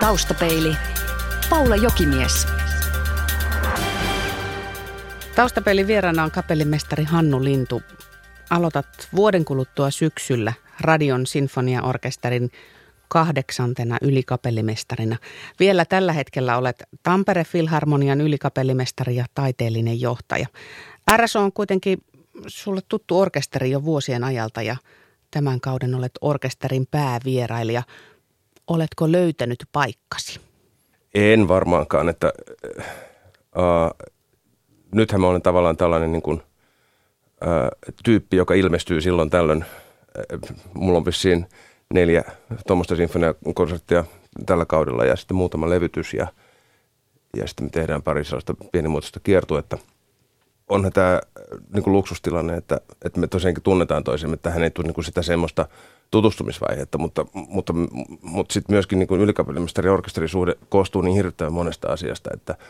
Taustapeili. Paula Jokimies. Taustapeilin vieraana on kapellimestari Hannu Lintu. Aloitat vuoden kuluttua syksyllä Radion sinfoniaorkesterin 8. ylikapellimestarina. Vielä tällä hetkellä olet Tampere Filharmonian ylikapellimestari ja taiteellinen johtaja. RSO on kuitenkin sulle tuttu orkesteri jo vuosien ajalta ja tämän kauden olet orkesterin päävierailija. Oletko löytänyt paikkasi? En varmaankaan, että nythän mä olen tavallaan tällainen niin kuin, tyyppi, joka ilmestyy silloin tällöin. Mulla on vissiin 4 tuommoista sinfoniakonserttia tällä kaudella ja sitten muutama levytys ja sitten me tehdään pari sellaista pienimuotoista kiertuetta. Onhan tämä niin kuin luksustilanne, että me tosiaankin tunnetaan toisemme, että tähän ei tule niin kuin sitä semmoista tutustumisvaihetta, mutta sitten myöskin niin kuin ylikapellimestari ja orkesterisuhde koostuu niin hirvittävän monesta asiasta,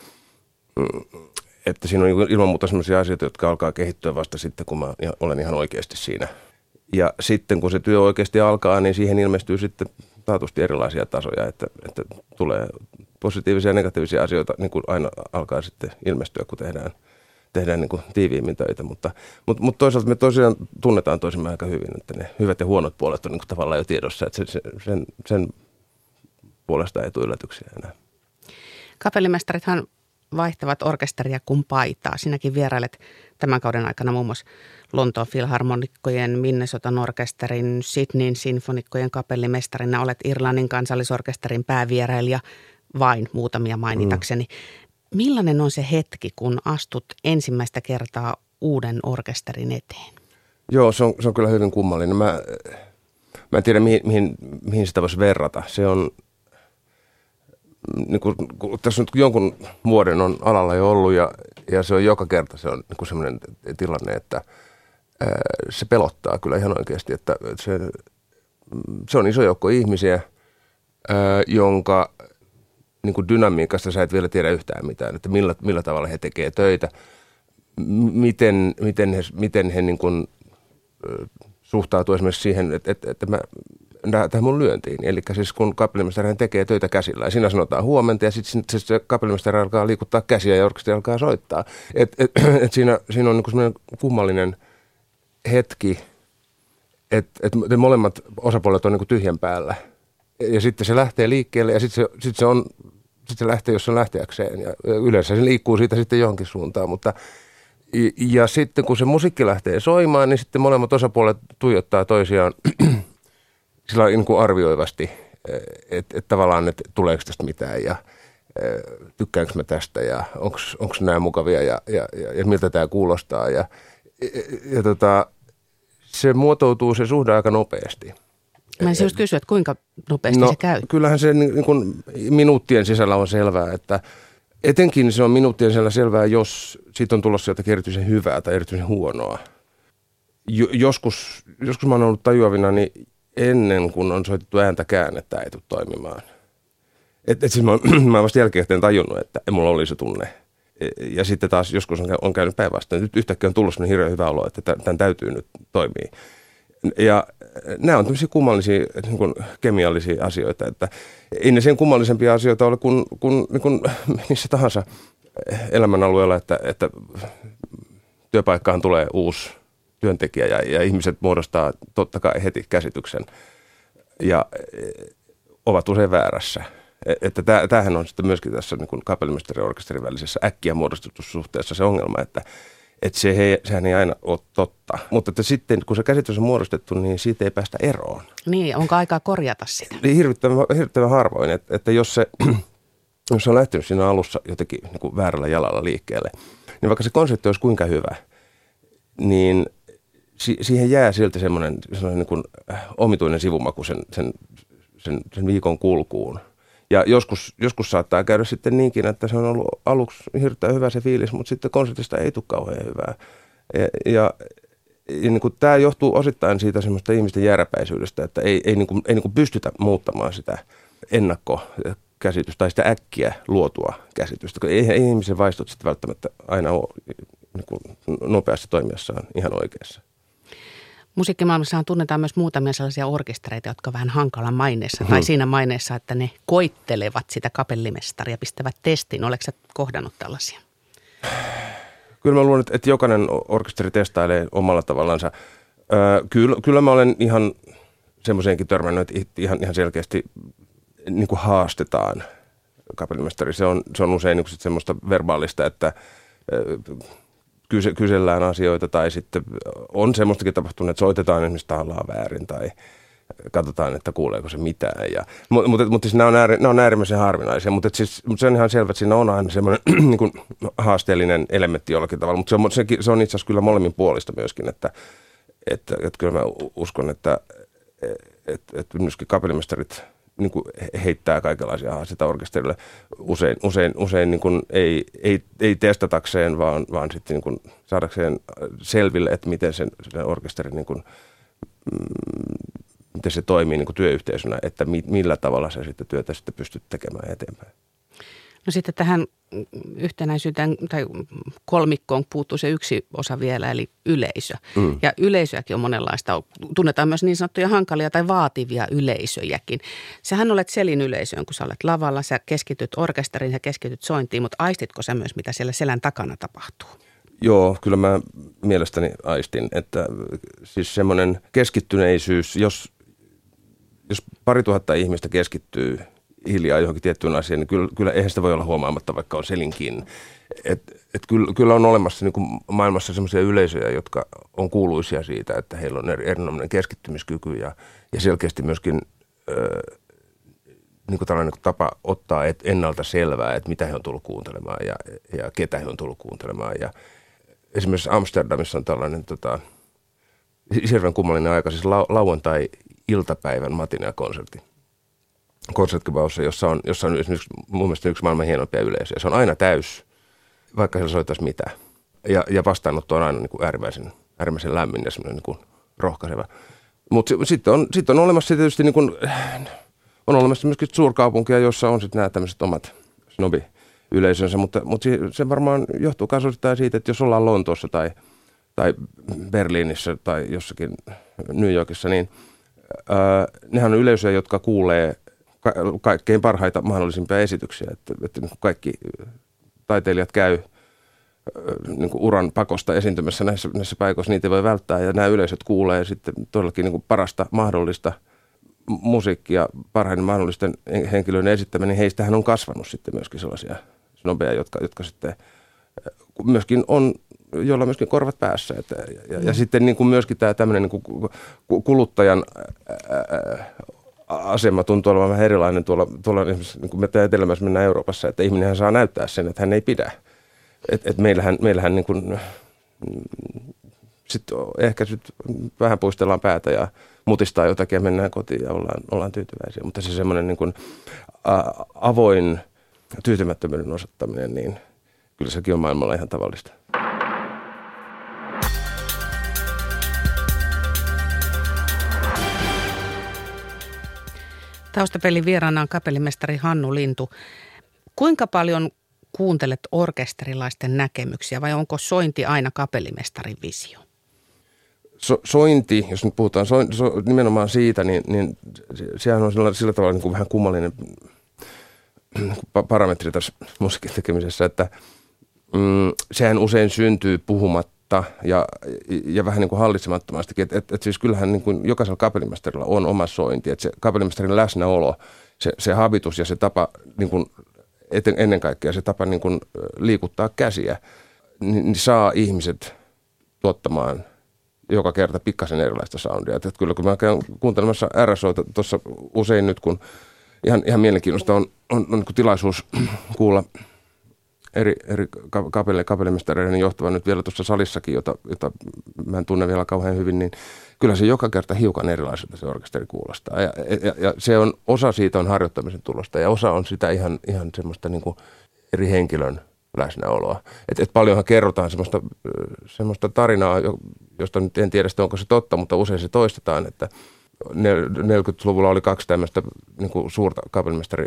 että siinä on ilman muuta sellaisia asioita, jotka alkaa kehittyä vasta sitten, kun mä olen ihan oikeasti siinä. Ja sitten kun se työ oikeasti alkaa, niin siihen ilmestyy sitten taatusti erilaisia tasoja, että tulee positiivisia ja negatiivisia asioita, niin kuin aina alkaa sitten ilmestyä, kun tehdään niin kuin tiiviimmin töitä. Mutta toisaalta me tosiaan tunnetaan toisimme aika hyvin, että ne hyvät ja huonot puolet on niin kuin tavallaan jo tiedossa, että sen puolesta ei tule yllätyksiä enää. Kapellimestarithan vaihtavat orkesteria kuin paitaa. Sinäkin vierailet tämän kauden aikana muun muassa Lontoon filharmonikkojen, Minnesotan orkesterin, Sydneyn sinfonikkojen kapellimestarina. Olet Irlannin kansallisorkesterin päävierailija, vain muutamia mainitakseni. Millainen on se hetki, kun astut ensimmäistä kertaa uuden orkesterin eteen? Joo, se on kyllä hyvin kummallinen. Mä en tiedä, mihin sitä voisi verrata. Se on, niin kun tässä nyt jonkun vuoden on alalla jo ollut ja se on joka kerta se on niin sellainen tilanne, että se pelottaa kyllä ihan oikeasti, että se on iso joukko ihmisiä, jonka niin kuin dynamiikasta sä et vielä tiedä yhtään mitään, että millä tavalla he tekee töitä, miten he niin kuin, suhtautuu esimerkiksi siihen, että tähän mun lyöntiin. Eli siis kun kapellimestari tekee töitä käsillä ja siinä sanotaan huomenta ja sitten se kapellimestari alkaa liikuttaa käsiä ja orkesteri alkaa soittaa. Siinä on niin kuin semmoinen kummallinen hetki, että molemmat osapuolet on niin kuin tyhjän päällä. Ja sitten se lähtee liikkeelle ja sitten se lähtee, jos se on lähteäkseen. Ja yleensä se liikkuu siitä sitten johonkin suuntaan. Ja sitten kun se musiikki lähtee soimaan, niin sitten molemmat osapuolet tuijottaa toisiaan sillä niin kuin arvioivasti, että tavallaan, että tuleeko tästä mitään ja tykkäänkö mä tästä ja onko nämä mukavia ja miltä tämä kuulostaa. Ja se muotoutuu se suhde aika nopeasti. Mä en just kysyä, että kuinka nopeasti se käy? Kyllähän se niin kuin minuuttien sisällä on selvää, että etenkin se on minuuttien sisällä selvää, jos siitä on tulossa jotakin erityisen hyvää tai erityisen huonoa. Joskus mä oon ollut tajuavina, niin ennen kuin on soitettu ääntäkään, että ei tule toimimaan. Siis mä oon vasta jälkikäteen tajunnut, että mulla oli se tunne. Ja sitten taas joskus on käynyt päinvastoin. Nyt yhtäkkiä on tullut sellainen hirveän hyvä olo, että tämän täytyy nyt toimia. Ja nämä on tämmöisiä kummallisia niin kuin kemiallisia asioita, että ei ne sen kummallisempia asioita ole kuin missä tahansa elämänalueella, että työpaikkaan tulee uusi työntekijä ja ihmiset muodostaa totta kai heti käsityksen ja ovat usein väärässä. Että tämähän on sitten myöskin tässä niin kuin kapellimestarin ja orkesterin välisessä äkkiä muodostetussa suhteessa se ongelma, että sehän ei aina ole totta. Mutta että sitten kun se käsitys on muodostettu, niin siitä ei päästä eroon. Niin, onko aikaa korjata sitä? Niin hirvittävän harvoin, että jos se on lähtenyt siinä alussa jotenkin niin kuin väärällä jalalla liikkeelle, niin vaikka se konsepti olisi kuinka hyvä, niin siihen jää silti semmoinen niin kuin omituinen sivumaku sen viikon kulkuun. Ja joskus saattaa käydä sitten niinkin, että se on ollut aluksi hirveän hyvä se fiilis, mutta sitten konsertista ei tule kauhean hyvää. Ja niin kuin tämä johtuu osittain siitä semmoista ihmisten jääräpäisyydestä, että ei niin kuin pystytä muuttamaan sitä ennakkokäsitystä tai sitä äkkiä luotua käsitystä. Ei ihmisen vaistot sitten välttämättä aina ole niin kuin nopeasti toimijassaan ihan oikeassa. Musiikkimaailmassahan tunnetaan myös muutamia sellaisia orkestereita, jotka on vähän hankala maineessa tai siinä maineessa, että ne koittelevat sitä kapellimestaria, pistävät testiin. Oletko sä kohdannut tällaisia? Kyllä mä luulen, että jokainen orkesteri testailee omalla tavallansa. Kyllä mä olen ihan semmoiseenkin törmännyt, että ihan selkeästi niin kuin haastetaan kapellimestari. Se on usein niin kuin semmoista verbaalista, että kysellään asioita tai sitten on semmoistakin tapahtunut, että soitetaan esimerkiksi tahallaan väärin tai katsotaan, että kuuleeko se mitään. Mutta siis nämä on äärimmäisen harvinaisia, mutta siis, se on ihan selvä, että siinä on aina semmoinen niin kuin haasteellinen elementti jollakin tavalla, mutta se on itse asiassa kyllä molemmin puolista myöskin, että kyllä mä uskon, että myöskin kapellimestarit niin kuin heittää kaikenlaisia haasteita orkesterille usein niin kuin ei testatakseen, vaan sitten niin kuin saadakseen selville, että miten sen orkesteri niin kuin, miten se toimii niin kuin työyhteisönä, että millä tavalla se sitten työtä sitten pystyt tekemään eteenpäin. No sitten tähän yhtenäisyyteen tai kolmikkoon puuttuu se yksi osa vielä, eli yleisö. Ja yleisöäkin on monenlaista. Tunnetaan myös niin sanottuja hankalia tai vaativia yleisöjäkin. Sähän olet selin yleisöön, kun sä olet lavalla, sä keskityt orkesteriin, sä keskityt sointiin, mutta aistitko sä myös, mitä siellä selän takana tapahtuu? Joo, kyllä mä mielestäni aistin, että siis semmoinen keskittyneisyys, jos 2000 ihmistä keskittyy hiljaa johonkin tiettyyn asiaan, niin kyllä eihän sitä voi olla huomaamatta, vaikka on selinkin. Kyllä on olemassa niin kuin maailmassa sellaisia yleisöjä, jotka on kuuluisia siitä, että heillä on erinomainen keskittymiskyky ja selkeästi myöskin niin kuin tällainen tapa ottaa ennalta selvää, että mitä he on tullut kuuntelemaan ja ketä he on tullut kuuntelemaan. Ja esimerkiksi Amsterdamissa on tällainen hirveän kummallinen aika, siis lauantai-iltapäivän matinea-konsertti. Konsertgebouwssa, jossa on esimerkiksi mun mielestä yksi maailman hienompia yleisöjä. Se on aina täys, vaikka siellä soittaisi mitään. Ja vastaanotto on aina niin kuin äärimmäisen lämmin ja semmoinen niin kuin rohkaiseva. Mutta sitten on olemassa tietysti niin kuin, on olemassa myöskin suurkaupunkia, jossa on sitten nämä tämmöiset omat snobi-yleisönsä, mutta se varmaan johtuu kasvostaan siitä, että jos ollaan Lontoossa tai Berliinissä tai jossakin New Yorkissa, niin nehän on yleisöjä, jotka kuulee kaikkein parhaita mahdollisimpia esityksiä, että kaikki taiteilijat käy niin kuin uran pakosta esiintymässä näissä paikoissa, niitä ei voi välttää ja nämä yleisöt kuulee sitten todellakin niin kuin parasta mahdollista musiikkia, parhaiden mahdollisten henkilöiden esittäminen, niin heistähän on kasvanut sitten myöskin sellaisia snobeja, jotka sitten myöskin on, joilla on myöskin korvat päässä. Ja sitten niin kuin myöskin tämä tämmöinen niin kuin kuluttajan asema tuntuu olevan vähän erilainen tuolla esimerkiksi, niin kuin me etelämässä mennään Euroopassa, että ihminenhän saa näyttää sen, että hän ei pidä. Meillähän niin kuin, sit ehkä vähän puistellaan päätä ja mutistaa jotakin ja mennään kotiin ja ollaan tyytyväisiä. Mutta se semmoinen niin kuin avoin tyytymättömyyden osoittaminen, niin kyllä sekin on maailmalla ihan tavallista. Taustapelin vieraana on kapellimestari Hannu Lintu. Kuinka paljon kuuntelet orkesterilaisten näkemyksiä vai onko sointi aina kapellimestarin visio? Sointi, jos nyt puhutaan nimenomaan siitä, niin sehän on sillä tavalla niin kuin vähän kummallinen parametri tässä musiikin tekemisessä, että sehän usein syntyy puhumatta ja vähän niin kuin hallitsemattomastikin. Että siis kyllähän niin kuin jokaisella kapellimestarilla on oma sointi, että se kapellimestarin läsnäolo, se habitus ja se tapa niin kuin ennen kaikkea se tapa niin kuin liikuttaa käsiä, niin saa ihmiset tuottamaan joka kerta pikkasen erilaista soundia. Että kyllä kun mä käyn kuuntelemassa RSOta tuossa usein nyt, kun ihan mielenkiinnosta on niin kuin tilaisuus kuulla eri kapellimestareiden johtavan nyt vielä tuossa salissakin, jota mä en tunne vielä kauhean hyvin, niin kyllä se joka kerta hiukan erilaiselta se orkesteri kuulostaa. Ja se on, osa siitä on harjoittamisen tulosta ja osa on sitä ihan semmoista niin kuin eri henkilön läsnäoloa. Et paljonhan kerrotaan semmoista tarinaa, josta nyt en tiedä, onko se totta, mutta usein se toistetaan, että 40-luvulla oli kaksi tämmöistä niin kuin suurta kapellimestari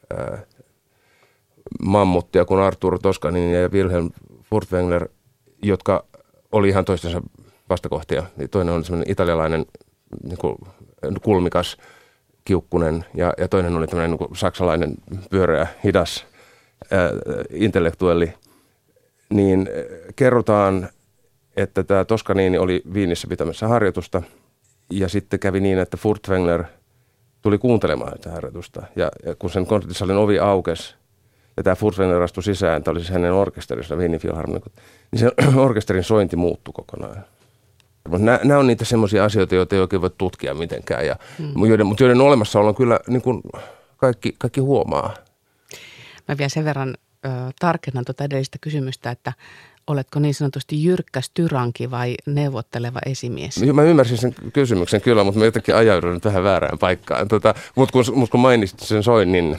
mammuttia kuin Arturo Toscanini ja Wilhelm Furtwängler, jotka oli ihan toistensa vastakohtia. Toinen oli semmoinen italialainen niin kuin kulmikas, kiukkunen ja toinen oli tämmöinen niin kuin saksalainen pyöreä, hidas intellektuelli. Niin kerrotaan, että tämä Toscanini oli Viinissä pitämässä harjoitusta ja sitten kävi niin, että Furtwängler tuli kuuntelemaan tätä harjoitusta. Ja kun sen konserttisalin ovi aukesi ja tämä Furtwängler astui sisään, tämä oli siis hänen orkesterissa, Wienin Philharmonikot, niin se orkesterin sointi muuttui kokonaan. Nämä on niitä semmoisia asioita, joita ei oikein voi tutkia mitenkään, mutta joiden olemassaolo on kyllä niin kuin kaikki huomaa. Mä vielä sen verran tarkennan tuota edellistä kysymystä, että oletko niin sanotusti jyrkkä styranki vai neuvotteleva esimies? Mä ymmärsin sen kysymyksen kyllä, mutta mä jotenkin ajaudun nyt vähän väärään paikkaan. Mutta kun mainitsit sen soinnin,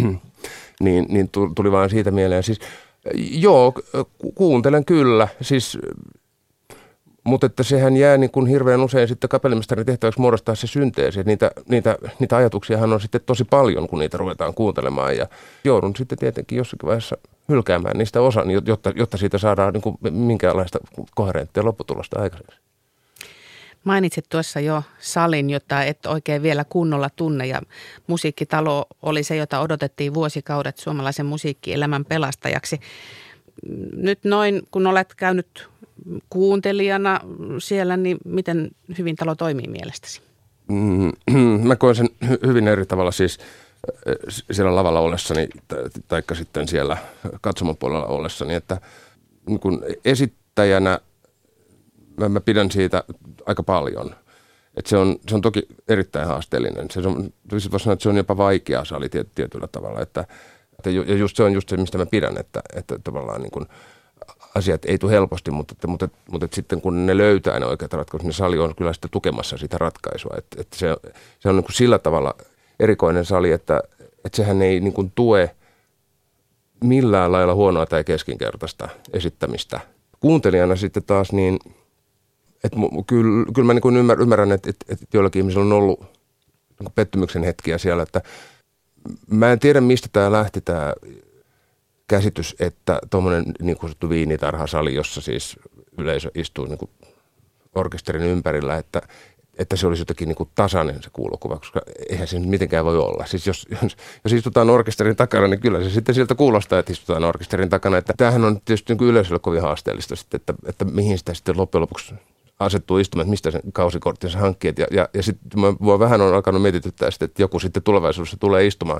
niin tuli vaan siitä mieleen. Siis, joo, kuuntelen kyllä. Siis, mutta että sehän jää niin kuin hirveän usein sitten kapellimestarin tehtäväksi muodostaa se synteesi. Niitä ajatuksiahan on sitten tosi paljon, kun niitä ruvetaan kuuntelemaan. Ja joudun sitten tietenkin jossakin vaiheessa hylkäämään niistä osan, jotta siitä saadaan niin kuin minkäänlaista koherenttia lopputulosta aikaiseksi. Mainitsit tuossa jo salin, jota et oikein vielä kunnolla tunne, ja Musiikkitalo oli se, jota odotettiin vuosikaudet suomalaisen musiikkielämän pelastajaksi. Nyt noin, kun olet käynyt kuuntelijana siellä, niin miten hyvin talo toimii mielestäsi? Mä koen sen hyvin eri tavalla siis siellä lavalla ollessani, taikka sitten siellä katsomopuolella ollessani, että niin kun esittäjänä mä pidän siitä aika paljon. Että se on toki erittäin haasteellinen. Voisi sanoa, että se on jopa vaikea sali tietyllä tavalla. Ja just se on just se, mistä mä pidän, että tavallaan niin kun asiat ei tule helposti, mutta sitten kun ne löytää ne oikeat ratkaisut, niin sali on kyllä sitten tukemassa sitä ratkaisua. Että se on niin kuin sillä tavalla erikoinen sali, että sehän ei niin kuin tue millään lailla huonoa tai keskinkertaista esittämistä. Kuuntelijana sitten taas niin, että kyllä mä niin kuin ymmärrän, että joillakin ihmisillä on ollut niin kuin pettymyksen hetkiä siellä, että mä en tiedä mistä tämä lähti tämä käsitys, että tuommoinen niin kutsuttu viinitarhasali, jossa siis yleisö istuu niin kuin orkesterin ympärillä, että se olisi jotenkin niin kuin tasainen se kuulokuva, koska eihän se mitenkään voi olla. Siis jos istutaan orkesterin takana, niin kyllä se sitten siltä kuulostaa, että istutaan orkesterin takana. Että tämähän on tietysti niin kuin yleisölle kovin haasteellista, sitten, että mihin sitä sitten loppujen lopuksi asettuu istumaan, että mistä sen kausikorttinsa hankkii. Ja sitten mua vähän on alkanut mietityttää sitten, että joku sitten tulevaisuudessa tulee istumaan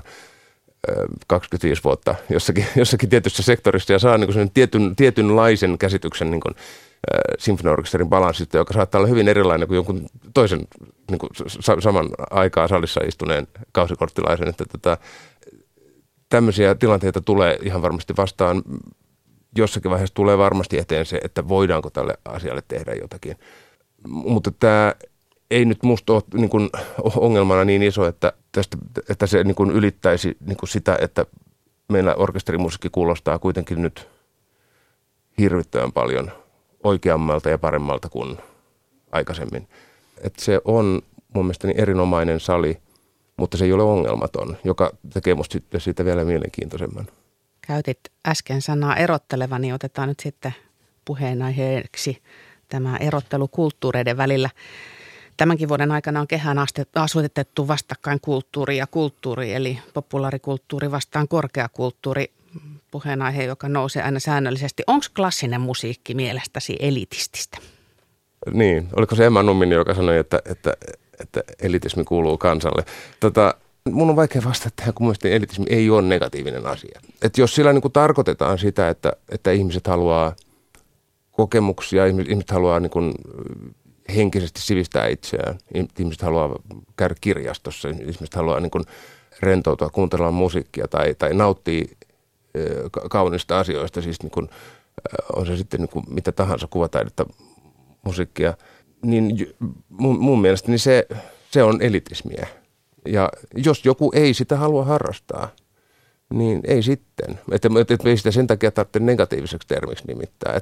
25 vuotta jossakin tietyssä sektorissa ja saa niin kuin tietynlaisen käsityksen niin kuin sinfoniaorkesterin balanssista, joka saattaa olla hyvin erilainen kuin jonkun toisen niin kuin saman aikaa salissa istuneen kausikorttilaisen. Että tämmöisiä tilanteita tulee ihan varmasti vastaan. Jossakin vaiheessa tulee varmasti eteen se, että voidaanko tälle asialle tehdä jotakin. Mutta tämä ei nyt musta ole niin kuin ongelmana niin iso, että se niin kuin ylittäisi niin kuin sitä, että meillä orkesterimusiikki kuulostaa kuitenkin nyt hirvittävän paljon oikeammalta ja paremmalta kuin aikaisemmin. Että se on mun mielestäni erinomainen sali, mutta se ei ole ongelmaton, joka tekee musta sitten siitä vielä mielenkiintoisemman. Käytit äsken sanaa erotteleva, niin otetaan nyt sitten puheenaiheeksi tämä erottelu kulttuureiden välillä. Tämänkin vuoden aikana on kehään asutettu vastakkain kulttuuri ja kulttuuri, eli populaarikulttuuri vastaan korkeakulttuuri, puheenaihe, joka nousee aina säännöllisesti. Onko klassinen musiikki mielestäsi elitististä? Niin, oliko se Emma Numminen, joka sanoi, että elitismi kuuluu kansalle? Mun on vaikea vastata tähän, kun mielestäni elitismi ei ole negatiivinen asia. Että jos sillä niin kuin tarkoitetaan sitä, että ihmiset haluaa kokemuksia, ihmiset haluaa niin kuin henkisesti sivistää itseään, ihmiset haluaa käydä kirjastossa, ihmiset haluaa niin kuin rentoutua, kuuntella musiikkia tai nauttia kaunista asioista, siis niin kuin, on se sitten niin kuin mitä tahansa kuvataidetta, musiikkia, niin mun mielestä niin se on elitismiä. Ja jos joku ei sitä halua harrastaa, niin ei sitten. Että ei sitä sen takia tarvitse negatiiviseksi termiksi nimittää.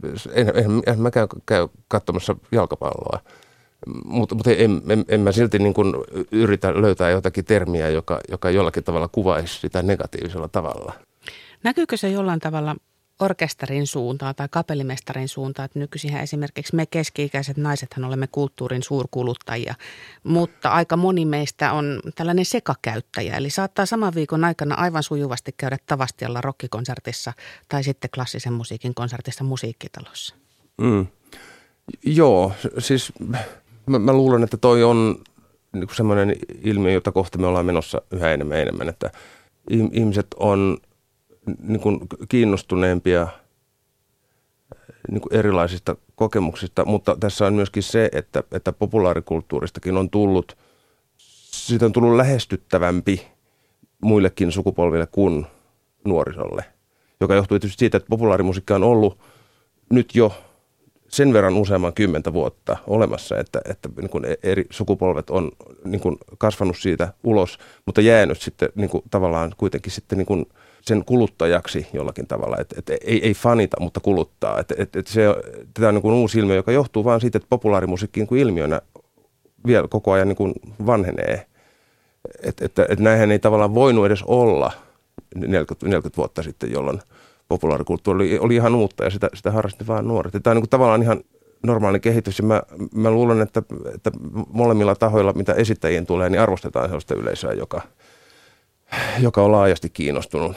En mäkään käy katsomassa jalkapalloa, mutta en mä silti niin kuin yritä löytää jotakin termiä, joka jollakin tavalla kuvaisi sitä negatiivisella tavalla. Näkyykö se jollain tavalla orkesterin suuntaan tai kapellimestarin suuntaan, että nykyisinhän esimerkiksi me keski-ikäiset naisethan olemme kulttuurin suurkuluttajia, mutta aika moni meistä on tällainen sekakäyttäjä, eli saattaa saman viikon aikana aivan sujuvasti käydä Tavastialla rockikonsertissa tai sitten klassisen musiikin konsertissa musiikkitalossa. Joo, siis mä luulen, että toi on niin semmoinen ilmiö, jota kohti me ollaan menossa yhä enemmän, että ihmiset on niin kuin kiinnostuneempia niin kuin erilaisista kokemuksista, mutta tässä on myöskin se, että populaarikulttuuristakin on tullut, siitä on tullut lähestyttävämpi muillekin sukupolville kuin nuorisolle, joka johtuu tietysti siitä, että populaarimusiikka on ollut nyt jo sen verran useamman 10 vuotta olemassa, että niin kuin eri sukupolvet on niin kuin kasvanut siitä ulos, mutta jäänyt sitten niin kuin tavallaan kuitenkin sitten niin kuin sen kuluttajaksi jollakin tavalla, että ei fanita, mutta kuluttaa. Tämä on niin kuin uusi ilmiö, joka johtuu vain siitä, että populaarimusiikki niin kuin ilmiönä vielä koko ajan niin kuin vanhenee. Että näinhän ei tavallaan voinut edes olla 40 vuotta sitten, jolloin populaarikulttuuri oli ihan uutta ja sitä harrasti vaan nuoret. Tämä on niin kuin tavallaan ihan normaali kehitys ja mä luulen, että molemmilla tahoilla, mitä esittäjiin tulee, niin arvostetaan sellaista yleisöä, joka on laajasti kiinnostunut,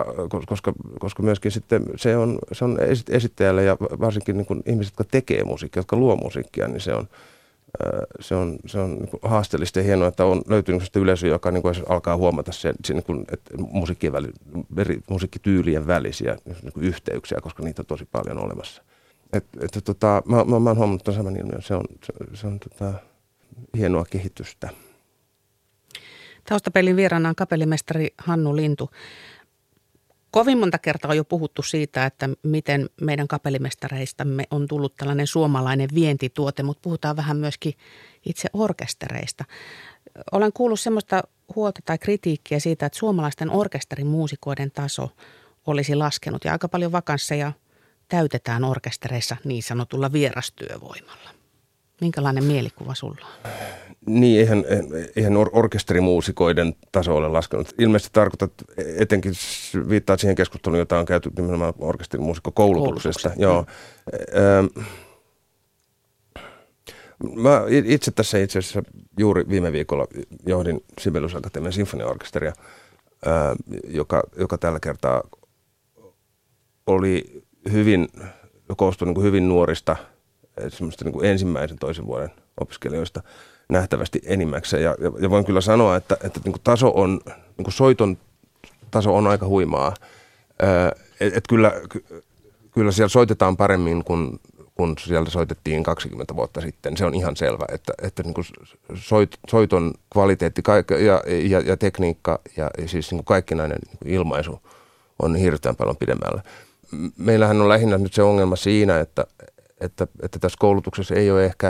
koska myöskin sitten se on esittäjälle ja varsinkin niin kuin ihmiset, jotka tekee musiikkia, jotka luo musiikkia, niin se on niin kuin haasteellista ja hienoa, että on löytynyt sellaista yleisöä, joka niin kuin alkaa huomata sen niin kuin, että musiikkityylien välisiä niin kuin yhteyksiä, koska niitä on tosi paljon olemassa. Mä oon huomannut tämän saman ilmiön. Se on hienoa kehitystä. Taustapelin vieraana on kapellimestari Hannu Lintu. Kovin monta kertaa on jo puhuttu siitä, että miten meidän kapellimestareistamme on tullut tällainen suomalainen vientituote, mutta puhutaan vähän myöskin itse orkestereista. Olen kuullut semmoista huolta tai kritiikkiä siitä, että suomalaisten orkesterimuusikoiden taso olisi laskenut ja aika paljon vakansseja täytetään orkestereissa niin sanotulla vierastyövoimalla. Minkälainen mielikuva sulla on? Niin, eihän orkesterimuusikoiden taso ole laskenut. Ilmeisesti tarkoitat, etenkin viittaa siihen keskusteluun, jota on käyty nimenomaan orkesterimuusikkokoulutuksesta. Joo. Mä itse asiassa juuri viime viikolla johdin Sibelius Akatemian sinfoniaorkesteria, joka tällä kertaa oli koostui niin kuin hyvin nuorista, semmoista niin kuin ensimmäisen toisen vuoden opiskelijoista nähtävästi enimmäkseen. Ja voin kyllä sanoa, että niin kuin taso on, niin kuin soiton taso on aika huimaa. Että kyllä siellä soitetaan paremmin kun sieltä soitettiin 20 vuotta sitten. Se on ihan selvä, että niin kuin soiton kvaliteetti ja tekniikka ja siis niin kuin kaikkinainen ilmaisu on hirveän paljon pidemmällä. Meillähän on lähinnä nyt se ongelma siinä, että tässä koulutuksessa ei ole ehkä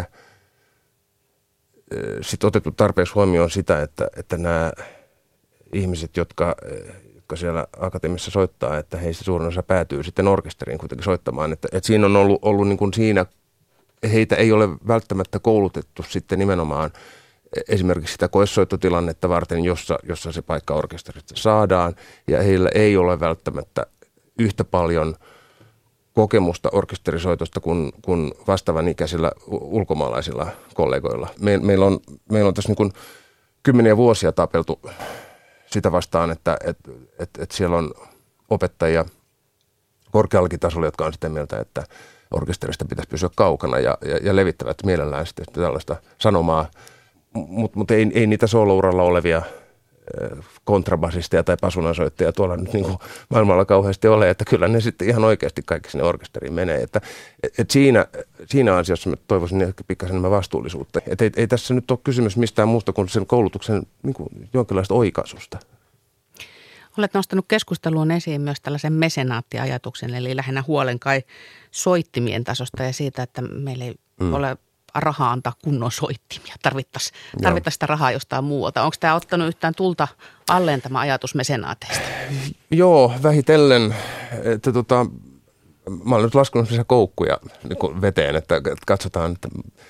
sit otettu tarpeeksi huomioon sitä, että nämä ihmiset, jotka siellä akatemiassa soittaa, että heistä suurin osa päätyy sitten orkesteriin kuitenkin soittamaan. Että siinä on ollut niin kuin siinä, heitä ei ole välttämättä koulutettu sitten nimenomaan esimerkiksi sitä koesoittotilannetta varten, jossa se paikka orkesterista saadaan, ja heillä ei ole välttämättä yhtä paljon kokemusta orkesterisoitosta kuin vastaavan ikäisillä ulkomaalaisilla kollegoilla. Meillä on tässä niin kuin 10 vuosia tapeltu sitä vastaan, että siellä on opettajia korkeallakin tasolla, jotka on sitä mieltä, että orkesterista pitäisi pysyä kaukana ja levittävät mielellään sitten tällaista sanomaa, mutta ei niitä soolouralla olevia kontrabasisteja tai pasunansoittajia tuolla nyt niin kuin maailmalla kauheasti ole, että kyllä ne sitten ihan oikeasti kaikki sinne orkesteriin menee. Että siinä asiassa mä toivoisin ehkä pikkasen enemmän vastuullisuutta. Että ei tässä nyt ole kysymys mistään muusta kuin sen koulutuksen niin kuin jonkinlaista oikaisusta. Olet nostanut keskusteluun esiin myös tällaisen mesenaattiajatuksen, eli lähinnä huolen kai soittimien tasosta ja siitä, että meillä ei ole rahaa antaa kunnon soittimia. Tarvittaisiin sitä rahaa jostain muualta. Onko tämä ottanut yhtään tulta alleen tämä ajatus mesenaateista? Joo, vähitellen. Mä olen nyt laskenut koukkuja niin veteen, että katsotaan,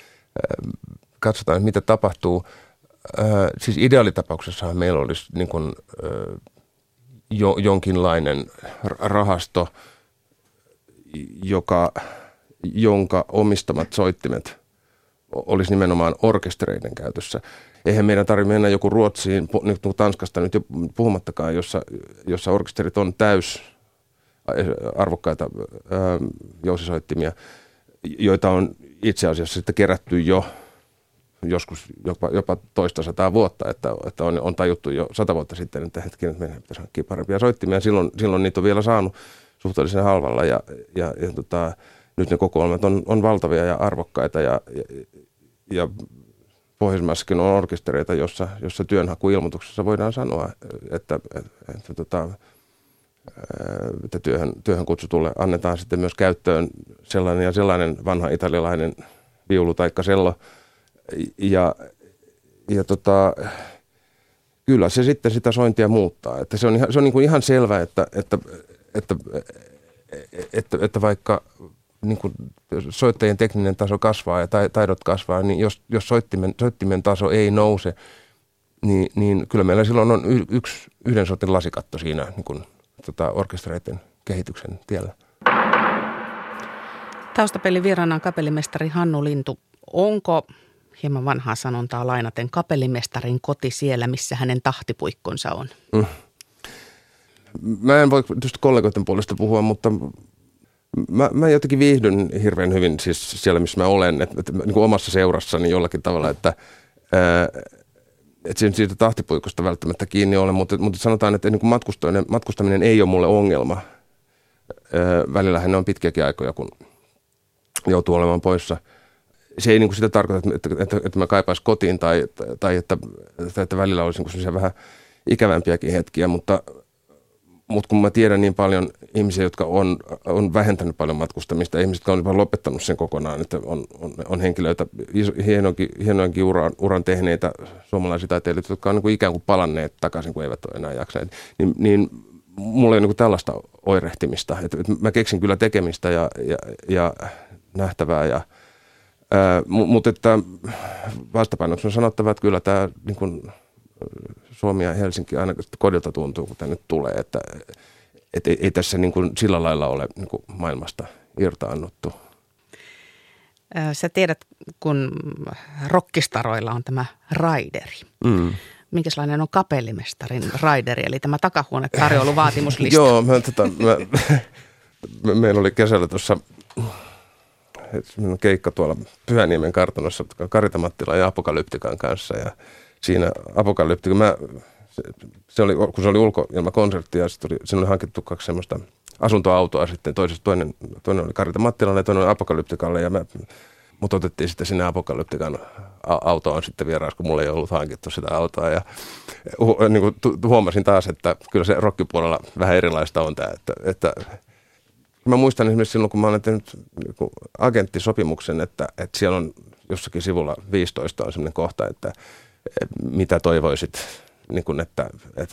mitä tapahtuu. Siis ideaalitapauksessahan meillä olisi niin kuin, jonkinlainen rahasto, jonka omistamat soittimet olisi nimenomaan orkestereiden käytössä. Eihän meidän tarvitse mennä joku Ruotsiin, nyt Tanskasta nyt jo puhumattakaan, jossa orkesterit on arvokkaita jousisoittimia, joita on itse asiassa sitten kerätty jo joskus jopa toista 100 vuotta, että on tajuttu jo 100 vuotta sitten, että hetkinen, että meidän pitäisi hankkia parempia soittimia. Silloin niitä on vielä saanut suhteellisen halvalla ja nyt ne kokoelmat on valtavia ja arvokkaita ja Pohjoismaissakin on orkestereita, jossa työnhakuilmoituksessa voidaan sanoa, että työhön kutsutulle annetaan sitten myös käyttöön sellainen ja sellainen vanha italialainen viulu taikka sello. Ja kyllä se sitten sitä sointia muuttaa. Että se on niin kuin ihan selvä, että vaikka niin kuin soittajien tekninen taso kasvaa ja taidot kasvaa, niin jos soittimen taso ei nouse, niin kyllä meillä silloin on yhden sortin lasikatto siinä niin kuin, orkestereiden kehityksen tiellä. Taustapelin vieraana on kapellimestari Hannu Lintu. Onko hieman vanhaa sanontaa lainaten kapellimestarin koti siellä, missä hänen tahtipuikkonsa on? Mä en voi tietysti kollegoiden puolesta puhua, mutta mä jotenkin viihdyn hirveän hyvin siis siellä, missä mä olen, että niin kuin omassa seurassani jollakin tavalla, että siitä tahtipuikosta välttämättä kiinni ole, mutta sanotaan, että niin kuin matkustaminen ei ole mulle ongelma. Välillähän ne on pitkiäkin aikoja, kun joutuu olemaan poissa. Se ei niin kuin sitä tarkoita, että mä kaipaisin kotiin tai että välillä olisi niin kuin vähän ikävämpiäkin hetkiä, mutta kun mä tiedän niin paljon ihmisiä, jotka on vähentänyt paljon matkustamista, ihmiset, jotka on vaan lopettanut sen kokonaan, että on henkilöitä, hienoinkin uran tehneitä suomalaisia taiteilijoita, jotka on niin kuin ikään kuin palanneet takaisin, kun eivät ole enää jaksaneet, niin mulla ei ole niin kuin tällaista oirehtimista. Että mä keksin kyllä tekemistä ja nähtävää, mutta että vastapainoksi on sanottava, että kyllä tämä niin kuin Suomi ja Helsinki aina kodilta tuntuu, kun tämä nyt tulee, että ei tässä niin kuin sillä lailla ole niin kuin maailmasta irtaannuttu. Sä tiedät, kun rockistaroilla on tämä raideri. Minkälainen on kapellimestarin raideri, eli tämä takahuonetarjoiluvaatimuslista? Joo, meillä oli kesällä tuossa keikka tuolla Pyhäniemen kartanossa Karita Mattilan ja Apokalyptikan kanssa ja siinä Apokalyptika, se oli ulkoilmakonsertti ja siinä oli hankittu 2 semmoista asuntoautoa sitten, toinen oli Karita Mattilalle ja toinen oli Apokalyptikalle ja mut otettiin sitten sinne Apokalyptikan autoon sitten vieraan, kun mulla ei ollut hankittu sitä autoa ja niin kuin huomasin taas, että kyllä se rockipuolella vähän erilaista on tämä, että mä muistan esimerkiksi silloin, kun mä olen tehnyt agenttisopimuksen, että siellä on jossakin sivulla 15 on sellainen kohta, että mitä toivoisit, niin kuin että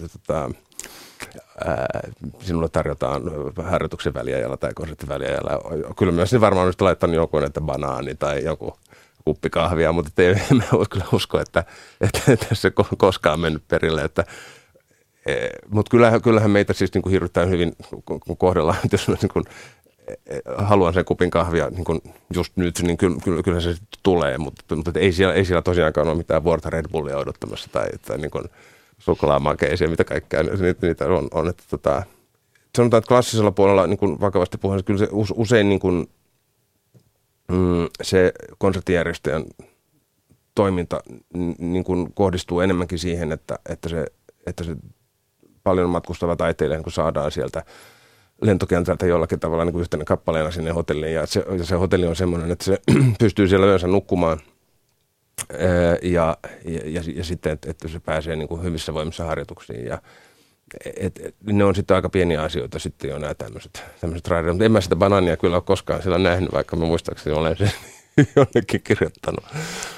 sinulle tarjotaan harjoituksen väliajalla tai konsertin väliajalla. Kyllä myös ne varmaan olisi laittanut joku, että banaani tai joku kuppi kahvia, mutta ei me kyllä usko, että se koskaan mennyt perille. Mutta kyllähän meitä siis niin kuin hirvittäin hyvin kohdellaan, jos niin kuin haluan sen kupin kahvia niin kuin just nyt, niin kyllä se tulee, mutta ei siellä tosiaankaan ole mitään vuorta Red Bullia odottamassa tai niin kuin suklaamakeisia, mitä kaikkea niitä on. Että sanotaan, että klassisella puolella niin kuin vakavasti puhuen, kyllä se usein niin kuin, se konserttijärjestäjän toiminta niin kuin kohdistuu enemmänkin siihen, että se paljon matkustava taiteilija niin kuin saadaan sieltä lentokentältä jollakin tavalla niin kuin yhtenä kappaleena sinne hotelliin. Ja se hotelli on semmoinen, että se pystyy siellä yönsä nukkumaan ja sitten, että se pääsee niin kuin hyvissä voimissa harjoituksiin. Ja, ne on sitten aika pieniä asioita sitten jo nämä tämmöiset raideet. Mutta en mä sitä banaania kyllä ole koskaan siellä nähnyt, vaikka mä muistaakseni olen sen jonnekin kirjoittanut.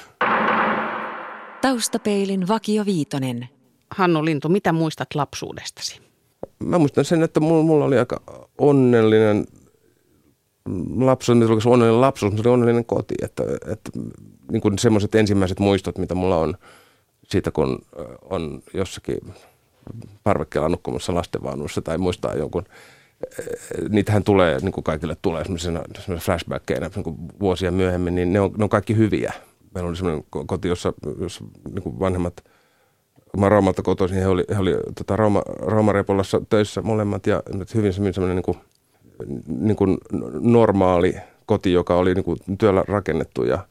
Taustapeilin Vakio Viitonen. Hannu Lintu, mitä muistat lapsuudestasi? Mä muistan sen, että mulla oli aika onnellinen lapsuus, mitä oli onnellinen lapsuus, mutta se oli onnellinen koti. Että niin kuin semmoiset ensimmäiset muistot, mitä mulla on siitä, kun on jossakin parvekkeella nukkumassa lastenvaunussa tai muistaa jonkun niitähän tulee, niin kuin kaikille tulee semmoisena flashbackkeinä niin kuin vuosia myöhemmin, niin ne on kaikki hyviä. Meillä oli semmoinen koti, jossa niin kuin vanhemmat, kun mä Raumalta kotoisin, he oli Rauma-Repolassa töissä molemmat ja hyvin semmoinen niin kuin normaali koti, joka oli niin kuin työllä rakennettu ja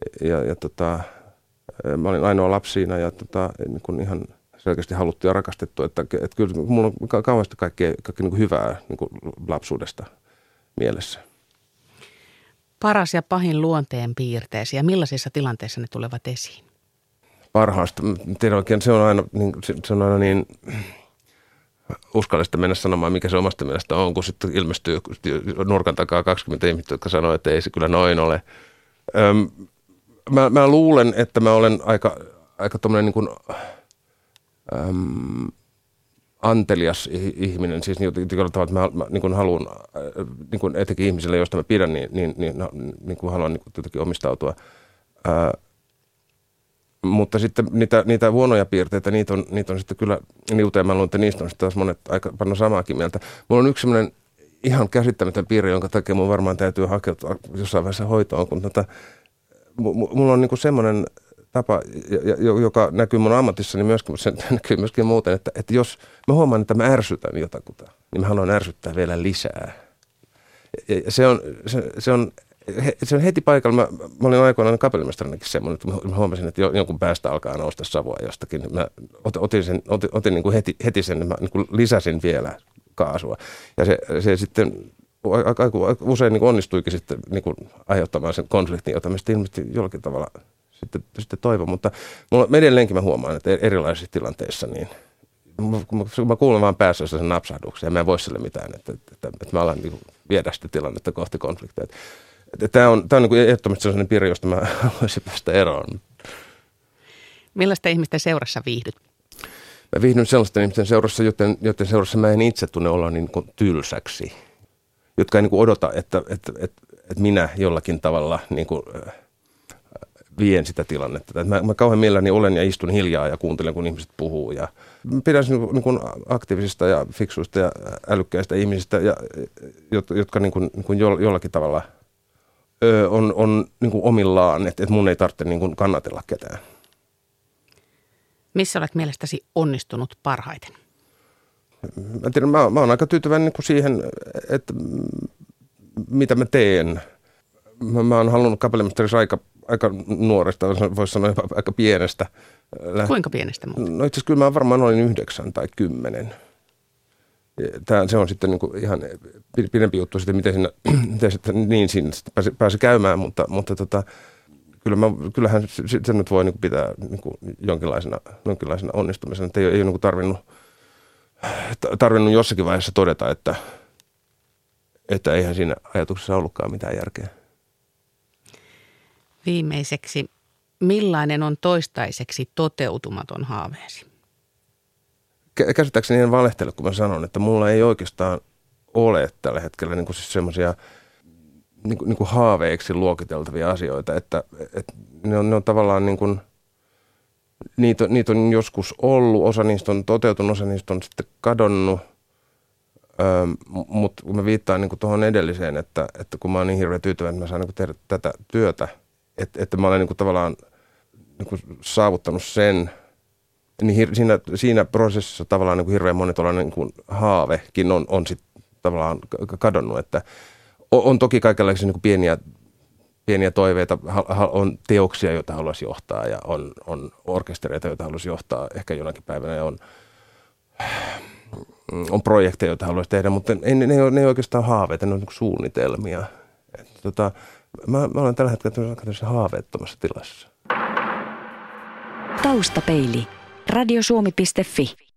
mä olin ainoa lapsi siinä ja niin kuin ihan selkeästi haluttu ja rakastettu, että kyllä mulla on kauheasti kaikki niin kuin hyvää niin kuin lapsuudesta mielessä. Paras ja pahin luonteen piirteesi ja millaisissa tilanteissa ne tulevat esiin? Parhaasta. Tiedän oikein, se on aina niin uskallista mennä sanomaan, mikä se omasta mielestä on, kun sitten ilmestyy nurkan takaa 20 ihmistä, jotka sanoo, että ei se kyllä noin ole. Mä luulen, että mä olen aika tommoinen niin kuin antelias ihminen, siis jollain tavalla, että mä niin kuin haluan, niin kuin etenkin ihmisille, joista mä pidän, niin kuin haluan niin kuin jotenkin omistautua. Mutta sitten niitä huonoja piirteitä, niitä on sitten kyllä niuteen. Mä luulen, että niistä on sitten taas monet aika paljon samaakin mieltä. Mulla on yksi sellainen ihan käsittämätön piirre, jonka takia mun varmaan täytyy hakeutua jossain vaiheessa hoitoon, kun mulla on niin kuin semmoinen tapa, joka näkyy mun ammatissani myöskin, mutta se näkyy myöskin muuten, että jos mä huomaan, että mä ärsytän jotakuta, niin mä haluan ärsyttää vielä lisää. Ja se on heti paikalla. Mä olin aikoinaan kapellimestarinakin semmoinen, että mä huomasin, että jonkun päästä alkaa nousta savua jostakin. Mä otin niin kuin heti sen, mä niin kuin lisäsin vielä kaasua. Ja se sitten aika usein niin kuin onnistuikin sitten niin kuin aiheuttamaan sen konfliktin, jota mä sitten ilmeisesti jollakin tavalla sitten toivon. Mutta edelleenkin mä huomaan, että erilaisissa tilanteissa niin mä kuulen vaan päässä sen napsahduksen ja mä en voi sille mitään, että mä alan niin kuin viedä sitä tilannetta kohti konflikteja. Tämä on niin kuin ehdottomasti sellainen piirre, josta mä haluaisin päästä eroon. Millaista ihmisten seurassa viihdyt? Mä viihdyn sellaisten ihmisten seurassa, joten seurassa mä en itse tunne olla niin kuin tylsäksi. Jotka ei niin kuin odota, että minä jollakin tavalla niin kuin vien sitä tilannetta. Mä kauhean mielelläni olen ja istun hiljaa ja kuuntelen, kun ihmiset puhuu. Ja pidän niin kuin aktiivisista ja fiksuista ja älykkäistä ihmisistä, jotka niin kuin jollakin tavalla on niin kuin omillaan, että mun ei tarvitse niin kuin kannatella ketään. Missä olet mielestäsi onnistunut parhaiten? Mä tiedän, mä oon aika tyytyväinen niin kuin siihen, että mitä mä teen. Mä oon halunnut kapellimestariksi aika nuoresta, voisi sanoa aika pienestä. Kuinka pienestä muuta? No itse asiassa kyllä mä varmaan olin 9 tai 10. Se on sitten niin kuin ihan pidempi juttu, miten siinä pääsi käymään, mutta kyllähän se nyt voi niin kuin pitää niin kuin jonkinlaisena onnistumisena, että ei ole niin kuin tarvinnut jossakin vaiheessa todeta, että eihän siinä ajatuksessa ollutkaan mitään järkeä. Viimeiseksi, millainen on toistaiseksi toteutumaton haaveesi? Käsittääkseni en valehtele, kun mä sanon, että mulla ei oikeastaan ole tällä hetkellä niin kuin siis semmoisia niin kuin haaveiksi luokiteltavia asioita, että ne on tavallaan niin kuin, niitä on joskus ollut, osa niistä on toteutunut, osa niistä on sitten kadonnut, mutta kun mä viittaan niin kuin tuohon edelliseen, että kun mä oon niin hirveän tyytyväinen, että mä saan niin kuin tehdä tätä työtä, että mä olen niin kuin tavallaan niin kuin saavuttanut sen, niin siinä prosessissa tavallaan niin kuin hirveän moni niin kuin haavekin on sitten tavallaan kadonnut, että on toki kaikenlaisia niin kuin pieniä toiveita, on teoksia, joita haluaisi johtaa ja on orkestereita, joita haluaisi johtaa ehkä jonakin päivänä ja on projekteja, joita haluaisi tehdä, mutta ne ei oikeastaan haaveita, ne on niin kuin suunnitelmia. Mä olen tällä hetkellä haaveettomassa tilassa. Taustapeili. Radiosuomi.fi